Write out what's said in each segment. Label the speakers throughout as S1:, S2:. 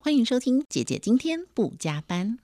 S1: 欢迎收听姐姐今天不加班。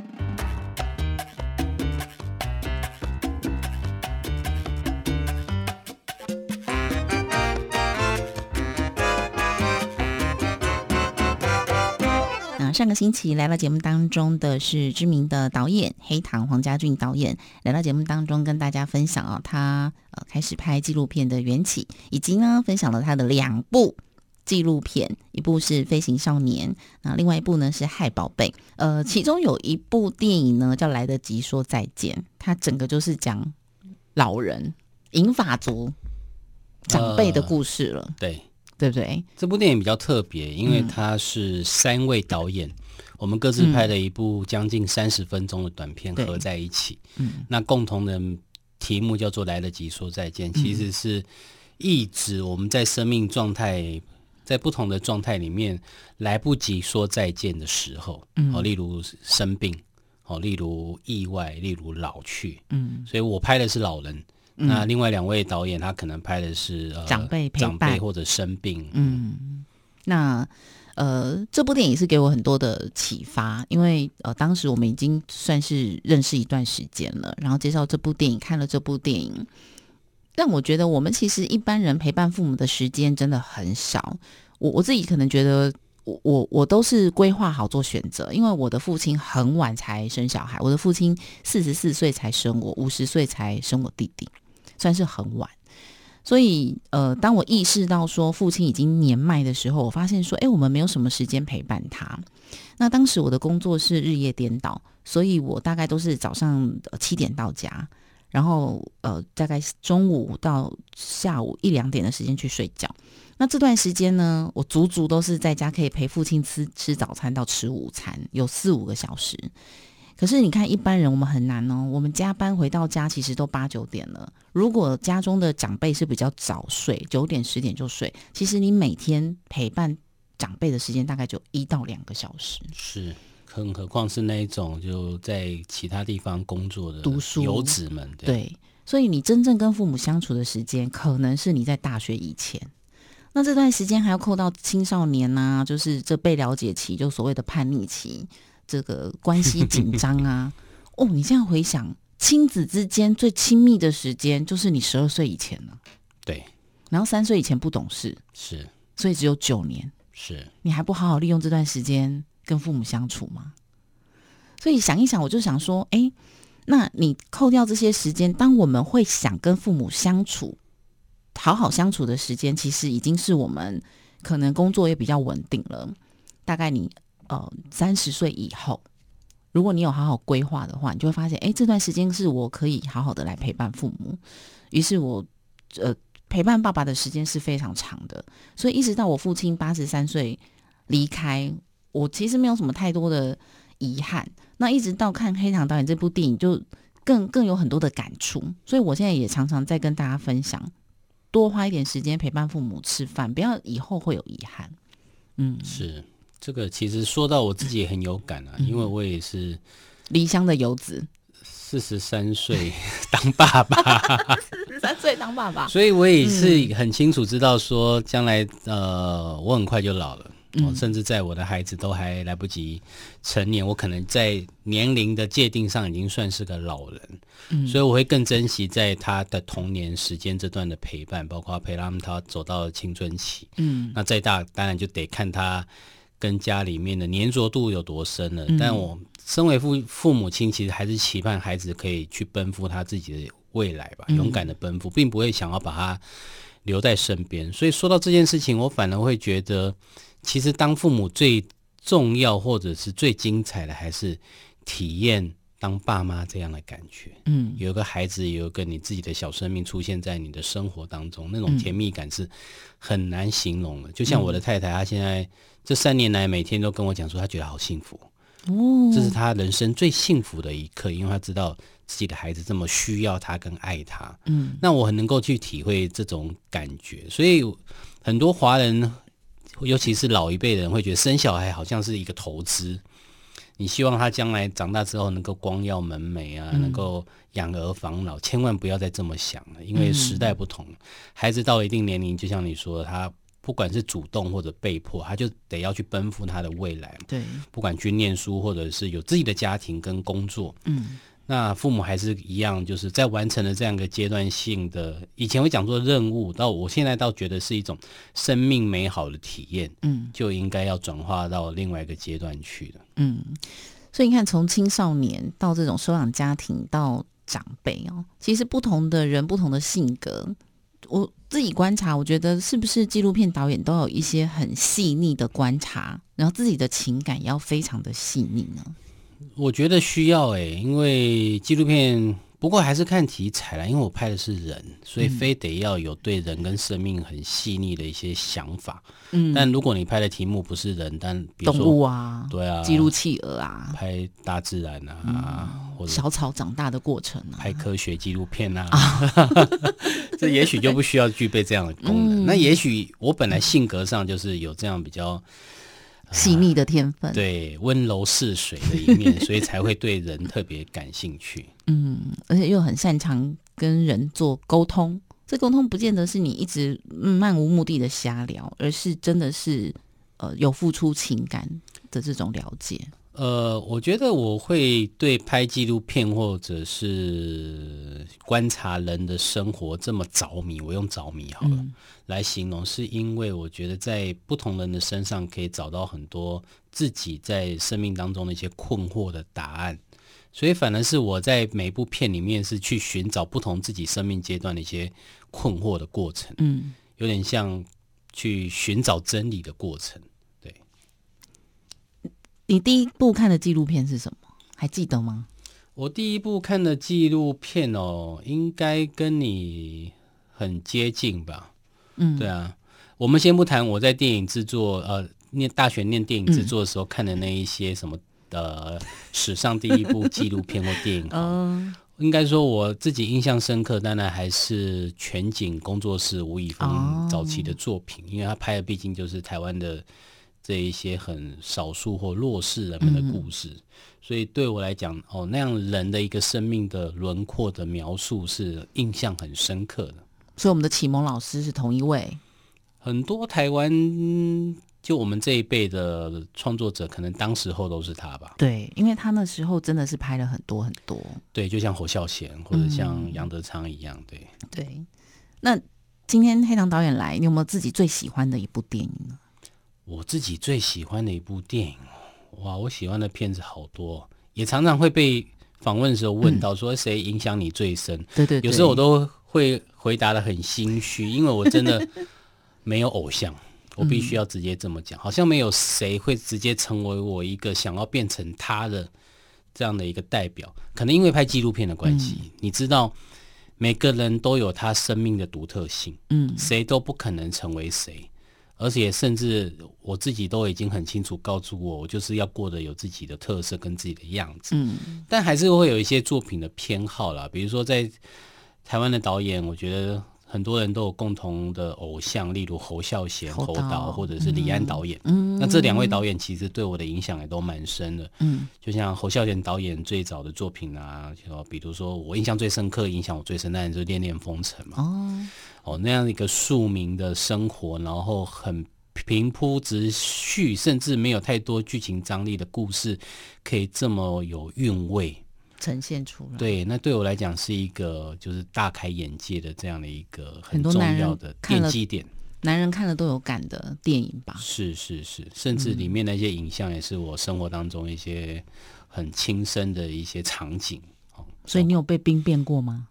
S1: 上个星期来到节目当中的是知名的导演黑糖黄家俊导演，来到节目当中跟大家分享他开始拍纪录片的缘起，以及呢分享了他的2部纪录片，一部是《飞行少年》，那另外一部呢是《害宝贝》。其中有一部电影呢叫《来得及说再见》，它整个就是讲老人银发族长辈的故事了。对不对？
S2: 这部电影比较特别，因为它是3位导演，我们各自拍了一部将近30分钟的短片合在一起。那共同的题目叫做《来得及说再见》，其实是意指我们在生命状态，在不同的状态里面来不及说再见的时候，例如生病，例如意外，例如老去。所以我拍的是老人。那另外2位导演他可能拍的是
S1: 长辈陪伴，
S2: 长辈或者生病。
S1: 那这部电影是给我很多的启发，因为当时我们已经算是认识一段时间了，然后介绍这部电影，看了这部电影，让我觉得我们其实一般人陪伴父母的时间真的很少。我自己可能觉得我都是规划好做选择，因为我的父亲很晚才生小孩，我的父亲44岁才生我，50岁才生我弟弟，算是很晚。所以当我意识到说父亲已经年迈的时候，我发现说我们没有什么时间陪伴他。那当时我的工作是日夜颠倒，所以我大概都是早上7点到家，然后大概中午到下午1、2点的时间去睡觉。那这段时间呢，我足足都是在家可以陪父亲吃早餐到吃午餐，有4、5个小时。可是你看一般人我们很难哦，我们加班回到家其实都8、9点了。如果家中的长辈是比较早睡，9点10点就睡，其实你每天陪伴长辈的时间大概就1到2个小时。
S2: 是，更何况是那一种就在其他地方工作的
S1: 读书
S2: 游子们。
S1: 对，所以你真正跟父母相处的时间可能是你在大学以前。那这段时间还要扣到青少年啊，就是这被了解期，就所谓的叛逆期，这个关系紧张啊。你现在回想，亲子之间最亲密的时间就是你12岁以前了。
S2: 对，
S1: 然后3岁以前不懂事，
S2: 是，
S1: 所以只有9年。
S2: 是，
S1: 你还不好好利用这段时间跟父母相处吗？所以想一想，我就想说，那你扣掉这些时间，当我们会想跟父母相处好好相处的时间，其实已经是我们可能工作也比较稳定了。大概你30岁以后，如果你有好好规划的话，你就会发现这段时间是我可以好好的来陪伴父母。于是我陪伴爸爸的时间是非常长的，所以一直到我父亲83岁离开，我其实没有什么太多的遗憾。那一直到看黑糖导演这部电影，就更有很多的感触。所以我现在也常常在跟大家分享，多花一点时间陪伴父母吃饭，不要以后会有遗憾。
S2: 是，这个其实说到我自己也很有感啊，因为我也是
S1: 离乡的游子
S2: ，43岁当爸爸
S1: 43岁当爸爸，
S2: 所以我也是很清楚知道说将来我很快就老了。甚至在我的孩子都还来不及成年，我可能在年龄的界定上已经算是个老人。所以我会更珍惜在他的童年时间这段的陪伴，包括陪他走到青春期。那再大当然就得看他跟家里面的粘着度有多深了。但我身为父母亲，其实还是期盼孩子可以去奔赴他自己的未来吧，勇敢的奔赴，并不会想要把他留在身边。所以说到这件事情，我反而会觉得其实当父母最重要或者是最精彩的还是体验当爸妈这样的感觉。有一个孩子，有一个你自己的小生命出现在你的生活当中，那种甜蜜感是很难形容的。就像我的太太，她现在这3年来每天都跟我讲说她觉得好幸福。这是她人生最幸福的一刻，因为她知道自己的孩子这么需要她跟爱她。那我很能够去体会这种感觉。所以很多华人，尤其是老一辈的人，会觉得生小孩好像是一个投资，你希望他将来长大之后能够光耀门楣啊，能够养儿防老，千万不要再这么想了，因为时代不同，孩子到了一定年龄，就像你说的，他不管是主动或者被迫，他就得要去奔赴他的未来。
S1: 对，
S2: 不管去念书或者是有自己的家庭跟工作，那父母还是一样，就是在完成了这样一个阶段性的，以前会讲做任务，到我现在倒觉得是一种生命美好的体验，就应该要转化到另外一个阶段去了。
S1: 所以你看，从青少年到这种收养家庭到长辈哦，其实不同的人、不同的性格，我自己观察，我觉得是不是纪录片导演都有一些很细腻的观察，然后自己的情感要非常的细腻呢？
S2: 我觉得需要因为纪录片不过还是看题材啦，因为我拍的是人，所以非得要有对人跟生命很细腻的一些想法。但如果你拍的题目不是人，但比如说
S1: 动物啊，
S2: 对啊，
S1: 记录企鹅啊，
S2: 拍大自然啊，或者
S1: 小草长大的过程啊，
S2: 拍科学纪录片啊，这也许就不需要具备这样的功能。那也许我本来性格上就是有这样比较
S1: 细腻的天分，
S2: 对，温柔似水的一面，所以才会对人特别感兴趣。
S1: 而且又很擅长跟人做沟通。这沟通不见得是你一直漫无目的的瞎聊，而是真的是有付出情感的这种了解。
S2: 我觉得我会对拍纪录片或者是观察人的生活这么着迷，我用着迷好了，来形容，是因为我觉得在不同人的身上可以找到很多自己在生命当中的一些困惑的答案，所以反而是我在每部片里面是去寻找不同自己生命阶段的一些困惑的过程，有点像去寻找真理的过程。
S1: 你第一部看的纪录片是什么？还记得吗？
S2: 我第一部看的纪录片应该跟你很接近吧。对啊，我们先不谈我在电影制作大学念电影制作的时候看的那一些什么史上第一部纪录片或电影。应该说我自己印象深刻，当然还是全景工作室吴以峰早期的作品，因为他拍的毕竟就是台湾的这一些很少数或弱势人们的故事，所以对我来讲那样人的一个生命的轮廓的描述是印象很深刻的。
S1: 所以我们的启蒙老师是同一位？
S2: 很多台湾就我们这一辈的创作者可能当时候都是他吧。
S1: 对，因为他那时候真的是拍了很多很多。
S2: 对，就像侯孝贤或者像杨德昌一样。
S1: 对。那今天黑糖导演来，你有没有自己最喜欢的一部电影呢？我
S2: 自己最喜欢的一部电影，哇，我喜欢的片子好多，也常常会被访问的时候问到说谁影响你最深。
S1: 对，
S2: 有时候我都会回答得很心虚，因为我真的没有偶像，我必须要直接这么讲，好像没有谁会直接成为我一个想要变成他的这样的一个代表。可能因为拍纪录片的关系，你知道每个人都有他生命的独特性，谁都不可能成为谁。而且甚至我自己都已经很清楚告诉我就是要过得有自己的特色跟自己的样子。但还是会有一些作品的偏好啦，比如说在台湾的导演，我觉得很多人都有共同的偶像，例如侯孝贤侯导或者是李安导演。那这两位导演其实对我的影响也都蛮深的。就像侯孝贤导演最早的作品啊，比如说我印象最深刻影响我最深当然就是《恋恋风尘》嘛。那样一个庶民的生活，然后很平铺直叙，甚至没有太多剧情张力的故事，可以这么有韵味
S1: 呈现出来。
S2: 对，那对我来讲是一个就是大开眼界的这样的一个很重要的奠基点。
S1: 男人看了都有感的电影吧？是，
S2: 甚至里面那些影像也是我生活当中一些很亲身的一些场景。
S1: 所以你有被兵变过吗？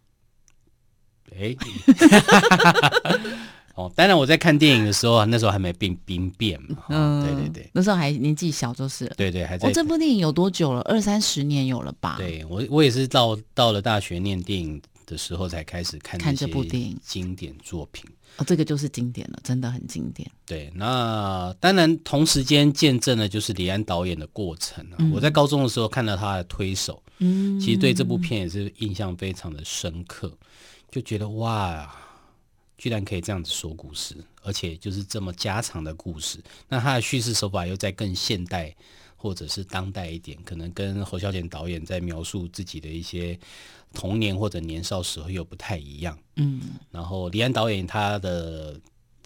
S2: 当然我在看电影的时候那时候还没兵变嘛。对，
S1: 那时候还年纪小就是了。
S2: 对，还在。
S1: 这部电影有多久了？20-30年有了吧？
S2: 对，我也是到了大学念电影的时候才开始看
S1: 这部电影
S2: 经典作品。
S1: 这个就是经典了，真的很经典。
S2: 对，那当然同时间见证的就是李安导演的过程我在高中的时候看到他的推手，其实对这部片也是印象非常的深刻，就觉得哇，居然可以这样子说故事，而且就是这么家常的故事。那他的叙事手法又在更现代或者是当代一点，可能跟侯孝贤导演在描述自己的一些童年或者年少时候又不太一样。然后李安导演他的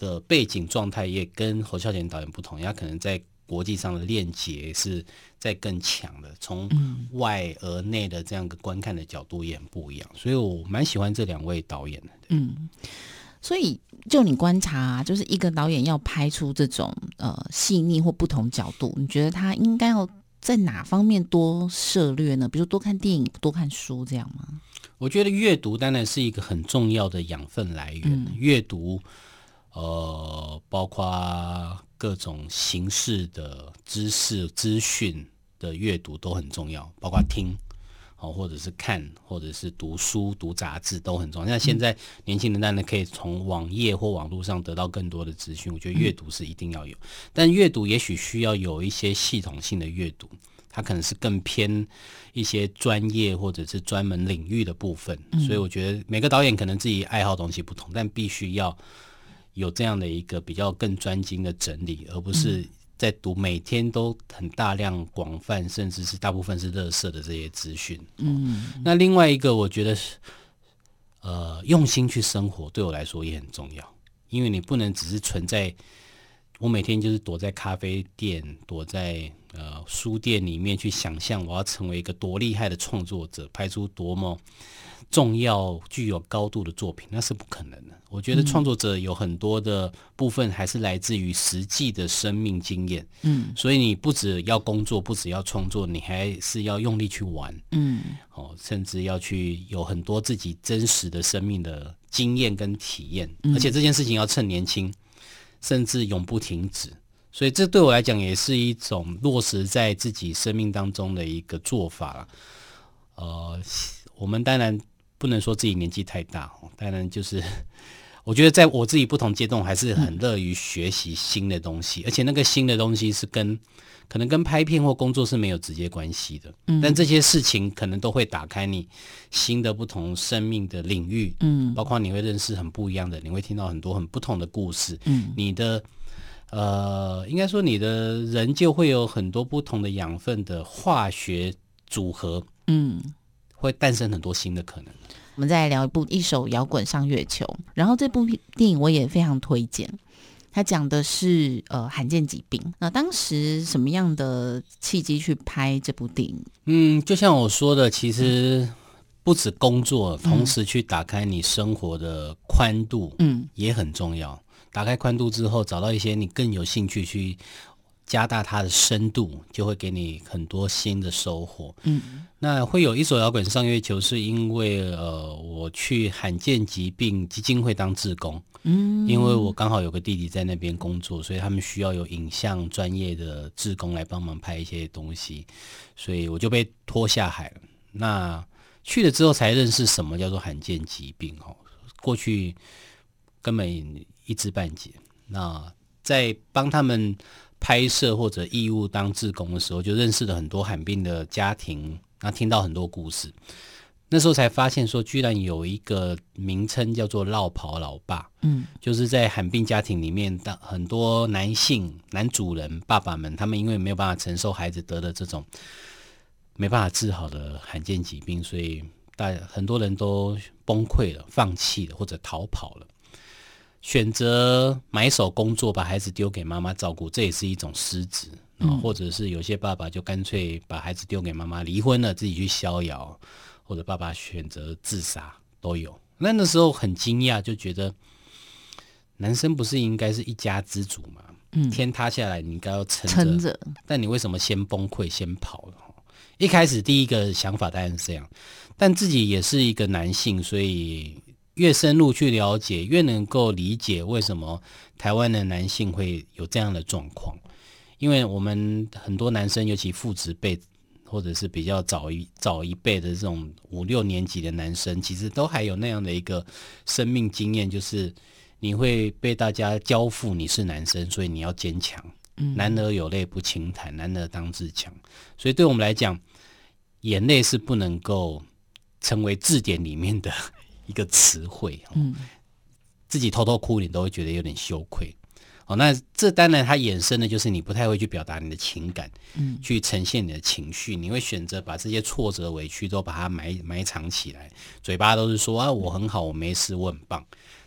S2: 的背景状态也跟侯孝贤导演不同，他可能在国际上的链接是在更强的，从外而内的这样个观看的角度也很不一样，所以我蛮喜欢这2位导演的。
S1: 所以就你观察，就是一个导演要拍出这种细腻或不同角度，你觉得他应该要在哪方面多涉略呢？比如多看电影、多看书这样吗？
S2: 我觉得阅读当然是一个很重要的养分来源。阅读包括各种形式的知识资讯的阅读都很重要，包括听或者是看，或者是读书读杂志都很重要。那现在年轻人当然可以从网页或网络上得到更多的资讯，我觉得阅读是一定要有，但阅读也许需要有一些系统性的阅读，它可能是更偏一些专业或者是专门领域的部分。所以我觉得每个导演可能自己爱好东西不同，但必须要有这样的一个比较更专精的整理，而不是在读每天都很大量广泛甚至是大部分是垃圾的这些资讯。那另外一个我觉得是用心去生活对我来说也很重要，因为你不能只是存在我每天就是躲在咖啡店躲在书店里面去想象我要成为一个多厉害的创作者，拍出多么重要具有高度的作品，那是不可能的。我觉得创作者有很多的部分还是来自于实际的生命经验，所以你不只要工作，不只要创作，你还是要用力去玩，甚至要去有很多自己真实的生命的经验跟体验，而且这件事情要趁年轻，甚至永不停止。所以这对我来讲也是一种落实在自己生命当中的一个做法啦。我们当然不能说自己年纪太大，当然就是我觉得在我自己不同阶段还是很乐于学习新的东西，而且那个新的东西是可能跟拍片或工作是没有直接关系的，但这些事情可能都会打开你新的不同生命的领域，包括你会认识很不一样的，你会听到很多很不同的故事，你的应该说你的人就会有很多不同的养分的化学组合，会诞生很多新的可能。
S1: 我们再来聊一首摇滚上月球，然后这部电影我也非常推荐，它讲的是罕见疾病。那当时什么样的契机去拍这部电影？
S2: 就像我说的，其实不止工作，同时去打开你生活的宽度，也很重要。打开宽度之后，找到一些你更有兴趣去加大它的深度，就会给你很多新的收获。那会有一首摇滚上月球，是因为我去罕见疾病基金会当志工，因为我刚好有个弟弟在那边工作，所以他们需要有影像专业的志工来帮忙拍一些东西，所以我就被拖下海了。那去了之后才认识什么叫做罕见疾病，过去根本一知半解。那在帮他们拍摄或者义务当志工的时候，就认识了很多罕病的家庭，那听到很多故事。那时候才发现说，居然有一个名称叫做落跑老爸，就是在罕病家庭里面，很多男主人爸爸们，他们因为没有办法承受孩子得的这种没办法治好的罕见疾病，所以很多人都崩溃了，放弃了或者逃跑了，选择埋首工作，把孩子丢给妈妈照顾，这也是一种失职。或者是有些爸爸就干脆把孩子丢给妈妈，离婚了，自己去逍遥，或者爸爸选择自杀都有。那时候很惊讶，就觉得男生不是应该是一家之主吗？天塌下来你应该要撑着，但你为什么先崩溃先跑了？一开始第一个想法当然是这样，但自己也是一个男性，所以越深入去了解，越能够理解为什么台湾的男性会有这样的状况。因为我们很多男生，尤其父执辈或者是比较早一辈的这种5、6年级的男生，其实都还有那样的一个生命经验，就是你会被大家交付你是男生，所以你要坚强，男儿有泪不轻弹，男儿当自强。所以对我们来讲，眼泪是不能够成为字典里面的一个词汇，自己偷偷哭你都会觉得有点羞愧。那这当然它衍生的就是你不太会去表达你的情感，去呈现你的情绪，你会选择把这些挫折委屈都把它埋藏起来，嘴巴都是说我很好，我没事，我很棒，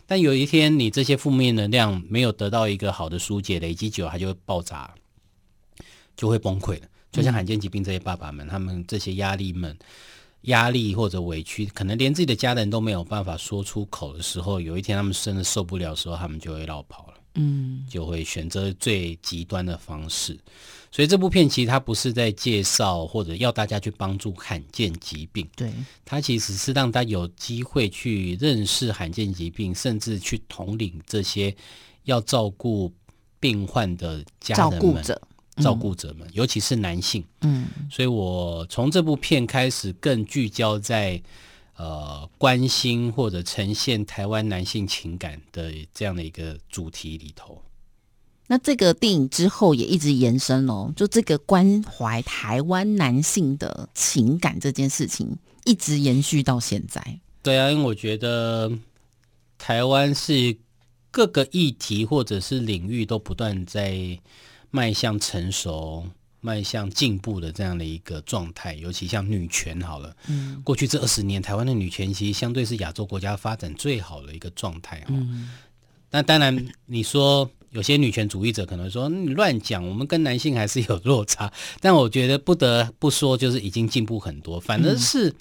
S2: 但有一天你这些负面能量没有得到一个好的疏解，累积久了它就会爆炸，就会崩溃了。就像罕见疾病这些爸爸们，他们这些压力或者委屈，可能连自己的家人都没有办法说出口的时候，有一天他们真的受不了的时候，他们就会绕跑了，就会选择最极端的方式。所以这部片其实它不是在介绍或者要大家去帮助罕见疾病，
S1: 对，
S2: 它其实是让大家有机会去认识罕见疾病，甚至去统领这些要照顾病患的家人们、照顾者们，尤其是男性。所以我从这部片开始更聚焦在关心或者呈现台湾男性情感的这样的一个主题里头。
S1: 那这个电影之后也一直延伸哦，就这个关怀台湾男性的情感这件事情一直延续到现在。
S2: 对啊，因为我觉得台湾是各个议题或者是领域都不断在迈向成熟、迈向进步的这样的一个状态，尤其像女权好了，过去这20年，台湾的女权其实相对是亚洲国家发展最好的一个状态。那当然，你说有些女权主义者可能说你乱讲，我们跟男性还是有落差，但我觉得不得不说，就是已经进步很多，反而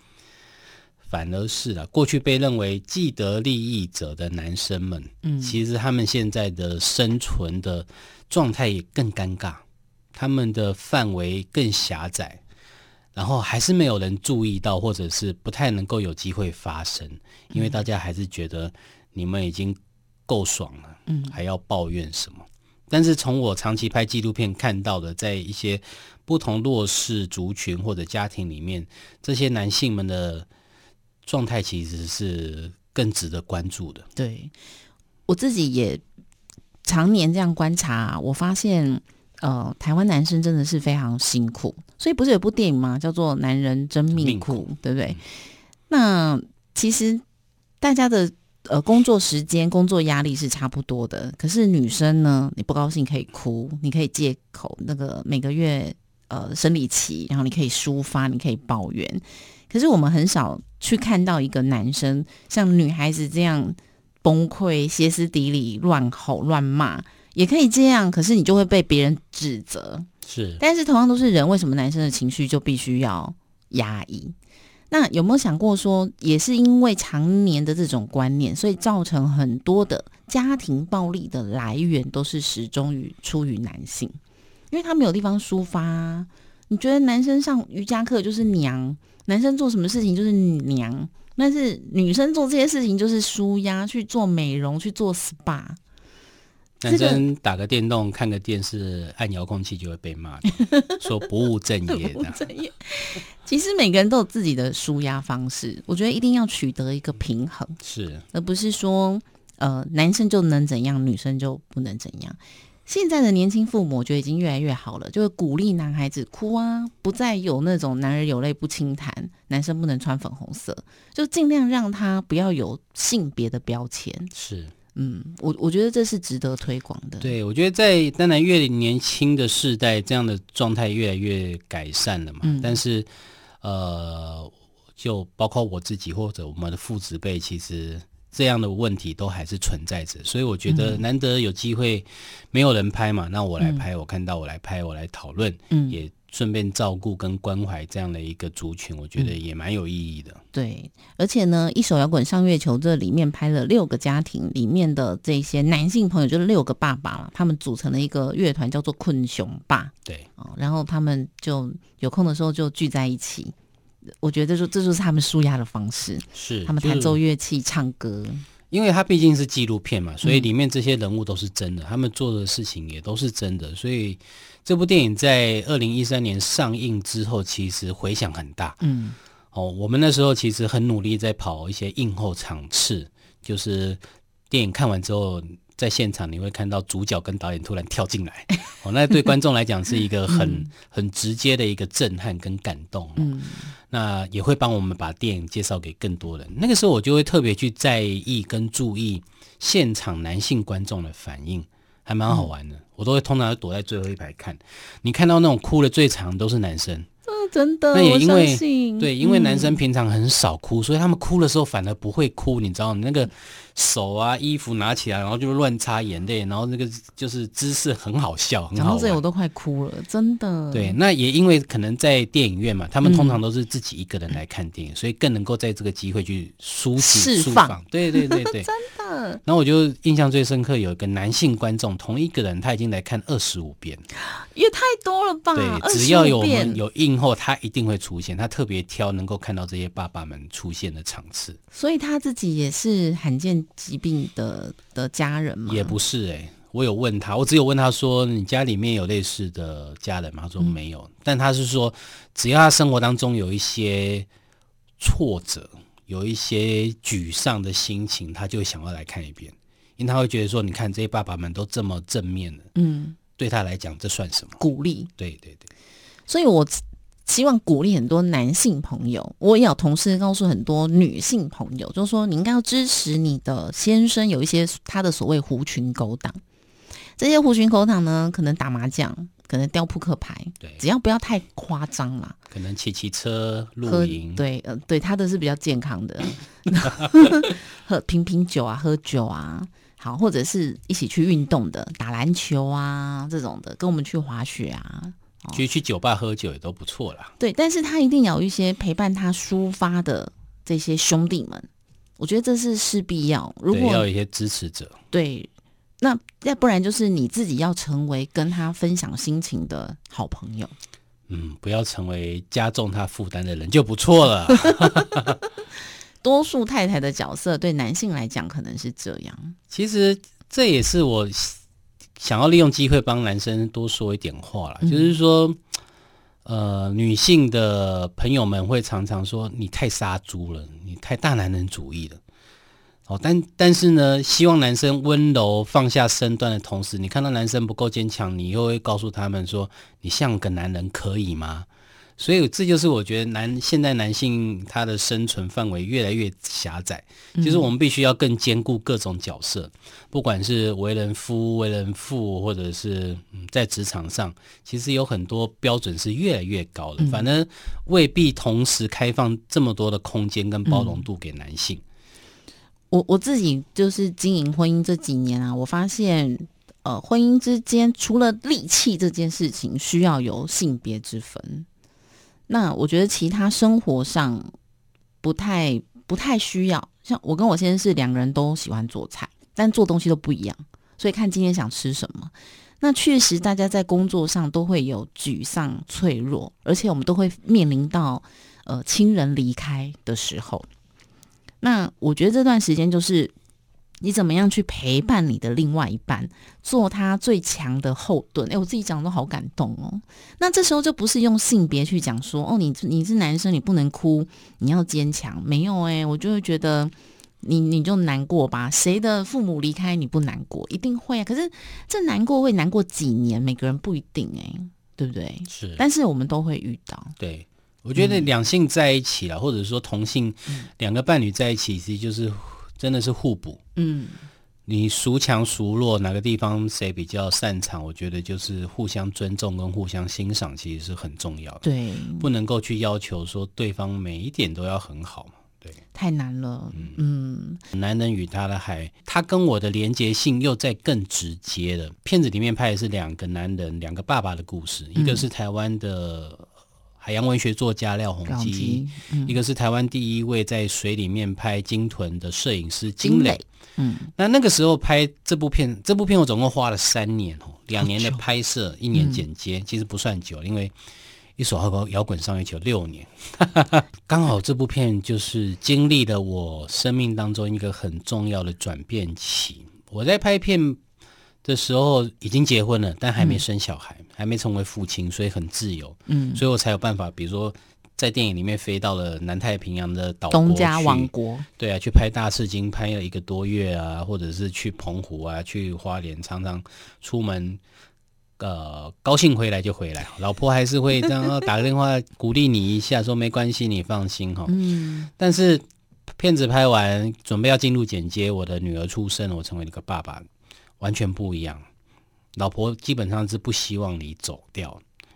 S2: 是过去被认为既得利益者的男生们，其实他们现在的生存的状态也更尴尬，他们的范围更狭窄，然后还是没有人注意到，或者是不太能够有机会发生，因为大家还是觉得你们已经够爽了，还要抱怨什么？但是从我长期拍纪录片看到的，在一些不同弱势族群或者家庭里面，这些男性们的状态其实是更值得关注的。
S1: 对，我自己也常年这样观察，我发现台湾男生真的是非常辛苦，所以不是有部电影吗？叫做《男人真命苦》，对不对？那其实大家的工作时间、工作压力是差不多的，可是女生呢，你不高兴可以哭，你可以借口那个每个月生理期，然后你可以抒发，你可以抱怨。可是我们很少去看到一个男生像女孩子这样崩溃、歇斯底里、乱吼乱骂，也可以这样，可是你就会被别人指责。
S2: 是，
S1: 但是同样都是人，为什么男生的情绪就必须要压抑？那有没有想过说，也是因为常年的这种观念，所以造成很多的家庭暴力的来源都是始终出于男性，因为他没有地方抒发啊。你觉得男生上瑜伽课就是娘，男生做什么事情就是娘，但是女生做这些事情就是抒压，去做美容，去做 SPA。
S2: 男生打个电动、看个电视、按遥控器就会被骂，说不务正业的。
S1: 其实每个人都有自己的抒压方式，我觉得一定要取得一个平衡，
S2: 是，
S1: 而不是说男生就能怎样，女生就不能怎样。现在的年轻父母我觉得已经越来越好了，就是鼓励男孩子哭啊，不再有那种男儿有泪不轻弹，男生不能穿粉红色，就尽量让他不要有性别的标签。
S2: 是，
S1: 我觉得这是值得推广的。
S2: 对，我觉得在当然越年轻的世代，这样的状态越来越改善了嘛。但是就包括我自己或者我们的父子辈，其实这样的问题都还是存在着，所以我觉得难得有机会，没有人拍嘛，那我来拍，我看到我来拍，我来讨论，也顺便照顾跟关怀这样的一个族群，我觉得也蛮有意义的。
S1: 对，而且呢，一手摇滚上月球这里面拍了6个家庭里面的这些男性朋友，就是6个爸爸了，他们组成了一个乐团叫做困熊爸。
S2: 对，
S1: 然后他们就有空的时候就聚在一起，我觉得这就是他们抒压的方式，
S2: 是
S1: 他们弹奏乐器、唱歌。
S2: 因为它毕竟是纪录片嘛，所以里面这些人物都是真的，他们做的事情也都是真的，所以这部电影在2013年上映之后，其实回响很大。我们那时候其实很努力在跑一些映后场次，就是电影看完之后，在现场你会看到主角跟导演突然跳进来，那对观众来讲是一个很直接的一个震撼跟感动。那也会帮我们把电影介绍给更多人。那个时候我就会特别去在意跟注意现场男性观众的反应，还蛮好玩的。我都会通常躲在最后一排看，你看到那种哭的最长都是男生。
S1: 真的，
S2: 那也因为
S1: 我相信
S2: 对，因为男生平常很少哭，所以他们哭的时候反而不会哭，你知道吗？那个手啊、衣服拿起来，然后就乱擦眼泪，然后那个就是姿势很好笑，很
S1: 讲
S2: 好玩。
S1: 到这里我都快哭了，真的。
S2: 对，那也因为可能在电影院嘛，他们通常都是自己一个人来看电影，所以更能够在这个机会去
S1: 释
S2: 放。对对对对，
S1: 真的。
S2: 然后我就印象最深刻，有一个男性观众，同一个人他已经来看25遍，
S1: 也太多了吧？
S2: 对，只要有我们有映后，他一定会出现。他特别挑能够看到这些爸爸们出现的场次。
S1: 所以他自己也是罕见疾病的家人吗？
S2: 也不是我有问他，我只有问他说：“你家里面有类似的家人吗？”他说没有，但他是说，只要他生活当中有一些挫折，有一些沮丧的心情，他就会想要来看一遍，因为他会觉得说，你看这些爸爸们都这么正面了，对他来讲这算什么？
S1: 鼓励。
S2: 对对对，
S1: 所以我希望鼓励很多男性朋友，我也有同事告诉很多女性朋友，就是说你应该要支持你的先生有一些他的所谓狐群狗党。这些狐群狗党呢，可能打麻将，可能钓扑克牌，
S2: 对，
S1: 只要不要太夸张啦。
S2: 可能骑车、露营，
S1: 对，对，他的是比较健康的，喝品酒啊，喝酒啊，好，或者是一起去运动的，打篮球啊这种的，跟我们去滑雪啊。
S2: 其实去酒吧喝酒也都不错啦。
S1: 对，但是他一定要有一些陪伴他抒发的这些兄弟们，我觉得这是势必要。如果
S2: 要有一些支持者，
S1: 对，那要不然就是你自己要成为跟他分享心情的好朋友。
S2: 不要成为加重他负担的人就不错了。
S1: 多数太太的角色对男性来讲可能是这样。
S2: 其实这也是我想要利用机会帮男生多说一点话啦，就是说，女性的朋友们会常常说你太杀猪了，你太大男人主义了。但是呢，希望男生温柔放下身段的同时，你看到男生不够坚强，你又会告诉他们说，你像个男人可以吗？所以这就是我觉得现代男性他的生存范围越来越狭窄，就是我们必须要更兼顾各种角色，不管是为人夫、为人父，或者是在职场上，其实有很多标准是越来越高的，反正未必同时开放这么多的空间跟包容度给男性。
S1: 我自己就是经营婚姻这几年啊，我发现婚姻之间除了力气这件事情需要有性别之分，那我觉得其他生活上不太需要。像我跟我先生是两个人都喜欢做菜，但做东西都不一样，所以看今天想吃什么。那确实大家在工作上都会有沮丧、脆弱，而且我们都会面临到亲人离开的时候。那我觉得这段时间就是你怎么样去陪伴你的另外一半，做他最强的后盾。我自己讲都好感动哦。那这时候就不是用性别去讲说，你是男生你不能哭，你要坚强。没有我就会觉得你就难过吧。谁的父母离开你不难过？一定会啊。可是这难过会难过几年，每个人不一定对不对？
S2: 是，
S1: 但是我们都会遇到。
S2: 对。我觉得两性在一起啦，或者说同性两个伴侣在一起，其实就是真的是互补。你孰强孰弱，哪个地方谁比较擅长，我觉得就是互相尊重跟互相欣赏，其实是很重要的。
S1: 对，
S2: 不能够去要求说对方每一点都要很好嘛。对，
S1: 太难了。
S2: 男人与他的海，他跟我的连结性又在更直接了。片子里面拍的是两个男人、两个爸爸的故事，一个是台湾的海洋文学作家廖鸿基，一个是台湾第一位在水里面拍鲸豚的摄影师金磊。那个时候拍这部片我总共花了3年，2年的拍摄，1年剪接，其实不算久，因为一首摇滚上乐曲有6年。刚好这部片就是经历了我生命当中一个很重要的转变期。我在拍片的时候已经结婚了，但还没生小孩，还没成为父亲，所以很自由。所以我才有办法，比如说在电影里面飞到了南太平洋的岛国
S1: 东加王国，
S2: 对啊，去拍大赤鲸，拍了1个多月啊，或者是去澎湖啊，去花莲，常常出门，高兴回来就回来，老婆还是会这样打个电话鼓励你一下，说没关系，你放心哈。但是片子拍完，准备要进入剪接，我的女儿出生了，我成为了一个爸爸。完全不一样，老婆基本上是不希望你走掉，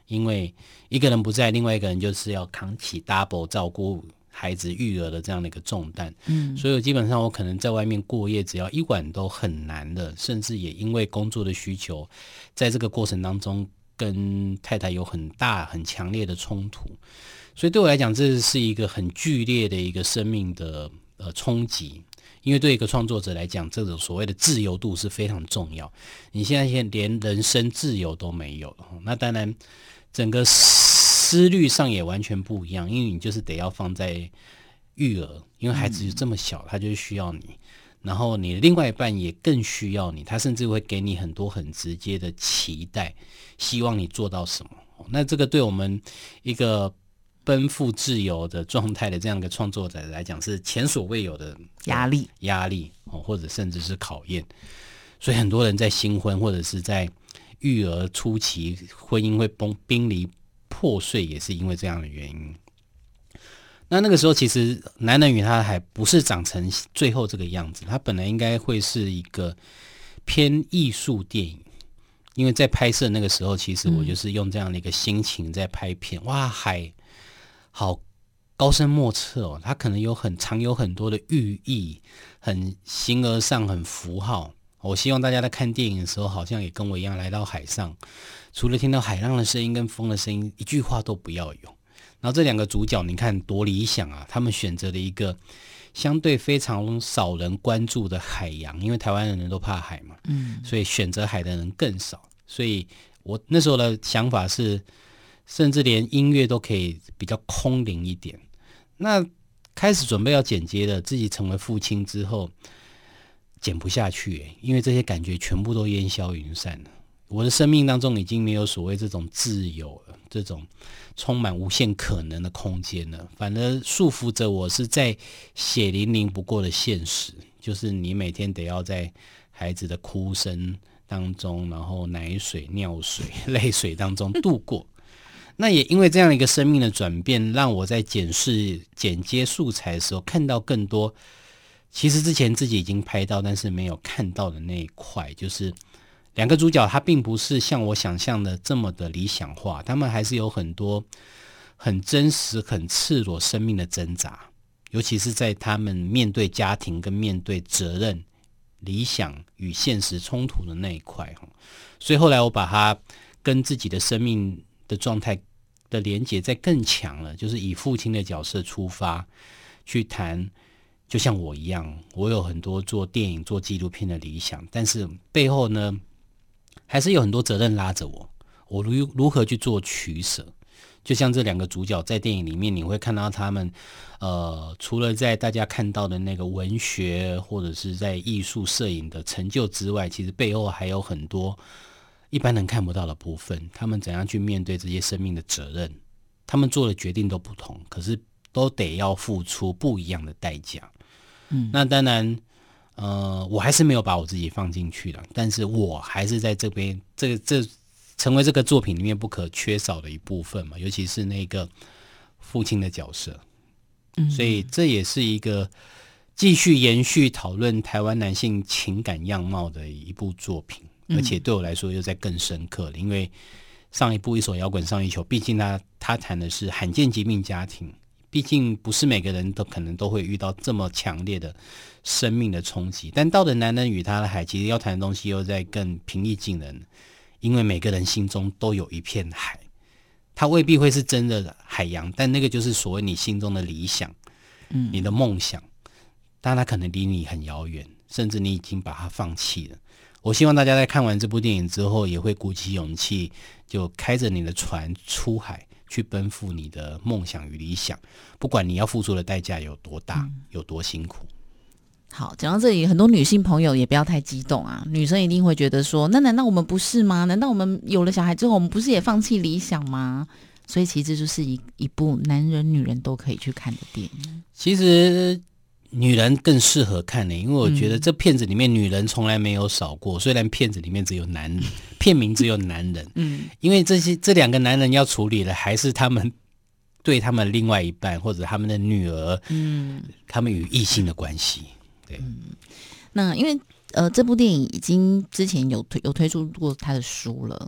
S2: 因为一个人不在，另外一个人就是要扛起 double 照顾孩子育儿的这样的一个重担。所以基本上我可能在外面过夜，只要一晚都很难的，甚至也因为工作的需求，在这个过程当中跟太太有很大很强烈的冲突。所以对我来讲，这是一个很剧烈的一个生命的冲击。因为对一个创作者来讲，这种所谓的自由度是非常重要。你现在连人身自由都没有了，那当然整个思虑上也完全不一样，因为你就是得要放在育儿，因为孩子就这么小，他就需要你，然后你的另外一半也更需要你，他甚至会给你很多很直接的期待，希望你做到什么。那这个对我们一个奔赴自由的状态的这样一个创作者来讲，是前所未有的压力，或者甚至是考验。所以很多人在新婚或者是在育儿初期，婚姻会濒临破碎，也是因为这样的原因。那个时候其实男人与他还不是长成最后这个样子，他本来应该会是一个偏艺术电影。因为在拍摄那个时候，其实我就是用这样的一个心情在拍片。哇，海好高深莫测哦，它可能藏有很多的寓意，很形而上，很符号。我希望大家在看电影的时候，好像也跟我一样来到海上，除了听到海浪的声音跟风的声音，一句话都不要有。然后这两个主角，你看多理想啊！他们选择了一个相对非常少人关注的海洋，因为台湾人都怕海嘛，所以选择海的人更少。所以我那时候的想法是，甚至连音乐都可以比较空灵一点。那开始准备要剪接了，自己成为父亲之后，剪不下去，因为这些感觉全部都烟消云散了。我的生命当中已经没有所谓这种自由了，这种充满无限可能的空间了，反而束缚着我是在血淋淋不过的现实，就是你每天得要在孩子的哭声当中，然后奶水、尿水、泪水当中度过。那也因为这样一个生命的转变，让我在剪接素材的时候看到更多其实之前自己已经拍到但是没有看到的那一块，就是两个主角他并不是像我想象的这么的理想化，他们还是有很多很真实很赤裸生命的挣扎，尤其是在他们面对家庭跟面对责任、理想与现实冲突的那一块。所以后来我把它跟自己的生命的状态的连结再更强了，就是以父亲的角色出发去谈，就像我一样，我有很多做电影做纪录片的理想，但是背后呢还是有很多责任拉着我如何去做取舍。就像这两个主角在电影里面，你会看到他们除了在大家看到的那个文学或者是在艺术摄影的成就之外，其实背后还有很多一般人看不到的部分，他们怎样去面对这些生命的责任，他们做的决定都不同，可是都得要付出不一样的代价。那当然我还是没有把我自己放进去了，但是我还是在这边这成为这个作品里面不可缺少的一部分嘛，尤其是那个父亲的角色。所以这也是一个继续延续讨论台湾男性情感样貌的一部作品，而且对我来说又在更深刻了，因为上一部一手摇滚上一球，毕竟他谈的是罕见疾病家庭，毕竟不是每个人都可能都会遇到这么强烈的生命的冲击，但到了男人与他的海，其实要谈的东西又在更平易近人，因为每个人心中都有一片海，它未必会是真的海洋，但那个就是所谓你心中的理想，你的梦想，但它可能离你很遥远，甚至你已经把它放弃了。我希望大家在看完这部电影之后，也会鼓起勇气，就开着你的船出海，去奔赴你的梦想与理想，不管你要付出的代价有多大，有多辛苦。
S1: 好，讲到这里，很多女性朋友也不要太激动啊。女生一定会觉得说，那难道我们不是吗？难道我们有了小孩之后，我们不是也放弃理想吗？所以其实就是一部男人女人都可以去看的电影。
S2: 其实女人更适合看呢，因为我觉得这片子里面女人从来没有少过，虽然片子里面只有男人，片名只有男人，因为这两个男人要处理的还是他们对他们另外一半或者他们的女儿，他们与异性的关系。对，
S1: 那因为这部电影已经之前有推出过他的书了，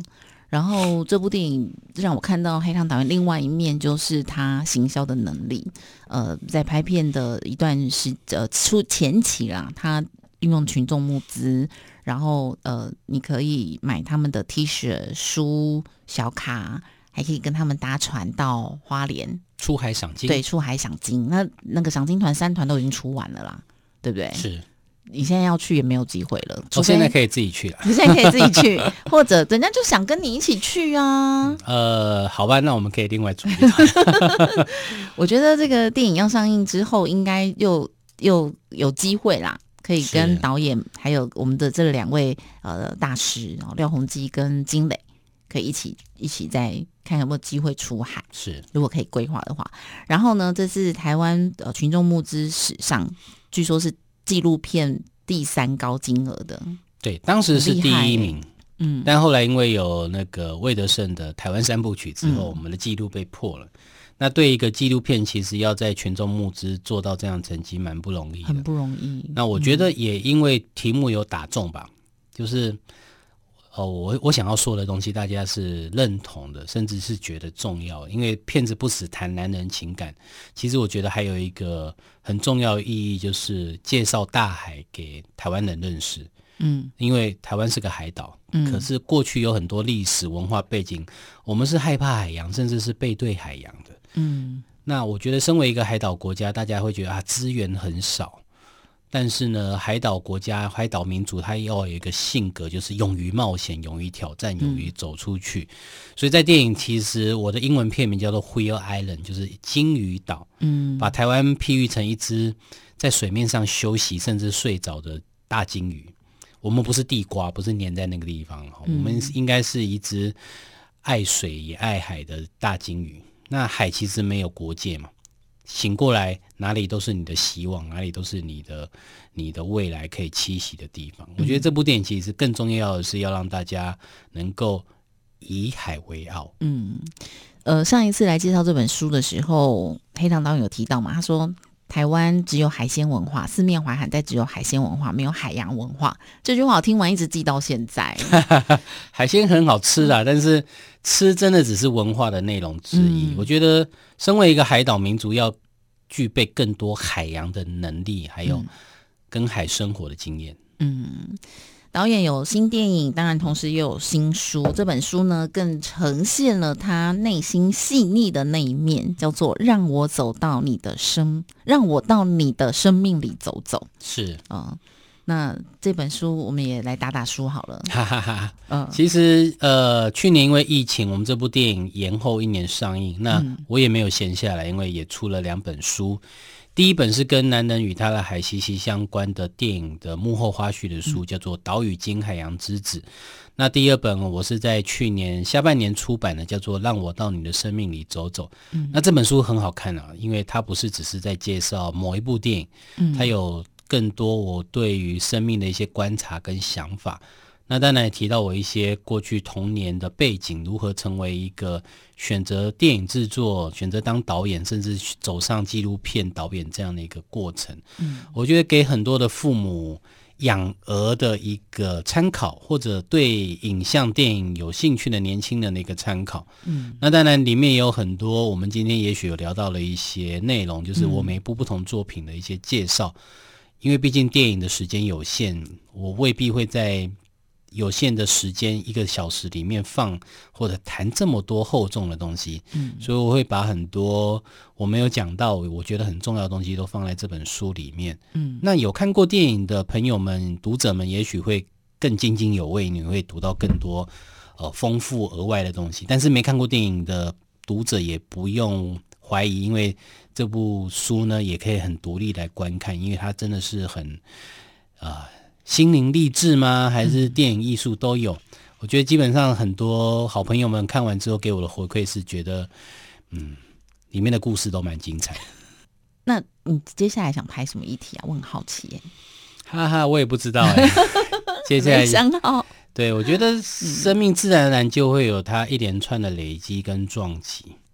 S1: 然后这部电影让我看到黑糖导演另外一面，就是他行销的能力。在拍片的一段前期啦，他运用群众募资，然后你可以买他们的 T 恤、书、小卡，还可以跟他们搭船到花莲
S2: 出海赏金。
S1: 对，出海赏金。那个赏金团3团都已经出完了啦，对不对？
S2: 是。
S1: 你现在要去也没有机会了，
S2: 我现在可以自己去了。
S1: 你现在可以自己去，或者人家就想跟你一起去啊。
S2: 好吧，那我们可以另外组一团。
S1: 我觉得这个电影要上映之后，应该又有机会啦，可以跟导演还有我们的这2位大师廖鸿基跟金磊，可以一起再看有没有机会出海。
S2: 是，
S1: 如果可以规划的话。然后呢，这是台湾群众募资史上，据说是纪录片第3高金额的。
S2: 对，当时是第1名。但后来因为有那个魏德胜的台湾3部曲之后，我们的纪录被破了。那对一个纪录片，其实要在群众募资做到这样成绩，蛮不容易的，
S1: 很不容易。
S2: 那我觉得也因为题目有打中吧，就是我想要说的东西，大家是认同的，甚至是觉得重要。因为骗子不死谈男人情感，其实我觉得还有一个很重要的意义，就是介绍大海给台湾人认识。因为台湾是个海岛，可是过去有很多历史文化背景，我们是害怕海洋，甚至是背对海洋的。那我觉得身为一个海岛国家，大家会觉得资源很少。但是呢，海岛国家、海岛民族，它要有一个性格，就是勇于冒险、勇于挑战、勇于走出去。所以在电影，其实我的英文片名叫做 Whale Island， 就是鲸鱼岛。把台湾譬喻成一只在水面上休息甚至睡着的大鲸鱼。我们不是地瓜，不是黏在那个地方，我们应该是一只爱水也爱海的大鲸鱼。那海其实没有国界嘛，醒过来哪里都是你的希望，哪里都是你的未来可以栖息的地方。我觉得这部电影其实更重要的是要让大家能够以海为傲。
S1: 上一次来介绍这本书的时候，黑糖导演有提到嘛，他说台湾只有海鲜文化，四面环海，但只有海鲜文化，没有海洋文化。这句话我听完一直记到现在。
S2: 海鲜很好吃啦，但是吃真的只是文化的内容之一。我觉得身为一个海岛民族，要具备更多海洋的能力，还有跟海生活的经验。
S1: 导演有新电影，当然同时也有新书。这本书呢，更呈现了他内心细腻的那一面，叫做让我到你的生命里走走。
S2: 是
S1: 那这本书我们也来打书好了。
S2: 其实去年因为疫情，我们这部电影延后1年上映，那我也没有闲下来，因为也出了2本书。第一本是跟男人与他的海息息相关的电影的幕后花絮的书，叫做《岛屿经海洋之子》。那第2本我是在去年下半年出版的，叫做《让我到你的生命里走走》。那这本书很好看啊，因为它不是只是在介绍某一部电影，它有更多我对于生命的一些观察跟想法。那当然也提到我一些过去童年的背景，如何成为一个选择电影制作、选择当导演，甚至走上纪录片导演这样的一个过程。我觉得给很多的父母养儿的一个参考，或者对影像电影有兴趣的年轻人的一个参考。那当然里面也有很多我们今天也许有聊到了一些内容，就是我每一部不同作品的一些介绍。因为毕竟电影的时间有限，我未必会在有限的时间1个小时里面放或者谈这么多厚重的东西，所以我会把很多我没有讲到我觉得很重要的东西都放在这本书里面。那有看过电影的朋友们、读者们也许会更津津有味，你会读到更多丰富额外的东西。但是没看过电影的读者也不用怀疑，因为这部书呢也可以很独立来观看，因为它真的是很心灵励志吗？还是电影艺术都有？我觉得基本上很多好朋友们看完之后给我的回馈是觉得，里面的故事都蛮精彩的。
S1: 那你接下来想拍什么议题啊？我很好奇耶。
S2: 我也不知道耶。接下来
S1: 没想好。
S2: 对，我觉得生命自然而然就会有它一连串的累积跟撞击。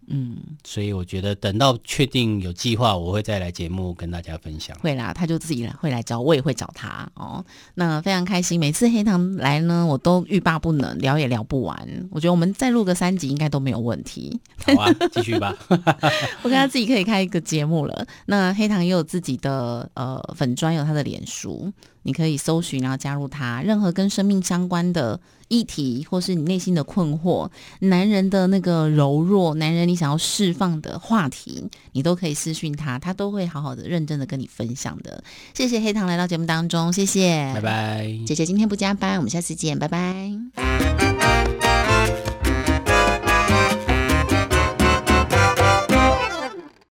S2: 所以我觉得等到确定有计划，我会再来节目跟大家分享。
S1: 会啦，他就自己会来找我，也会找他哦。那非常开心，每次黑糖来呢，我都欲罢不能，聊也聊不完。我觉得我们再录个3集应该都没有问题。
S2: 好啊，继续吧。
S1: 我看他自己可以开一个节目了。那黑糖也有自己的粉专，有他的脸书，你可以搜寻然后加入他，任何跟生命相关的议题，或是你内心的困惑，男人的那个柔弱，男人你想要释放的话题，你都可以私讯他，他都会好好的认真的跟你分享的。谢谢黑糖来到节目当中，谢谢，
S2: 拜拜。
S1: 姐姐今天不加班，我们下次见，拜拜。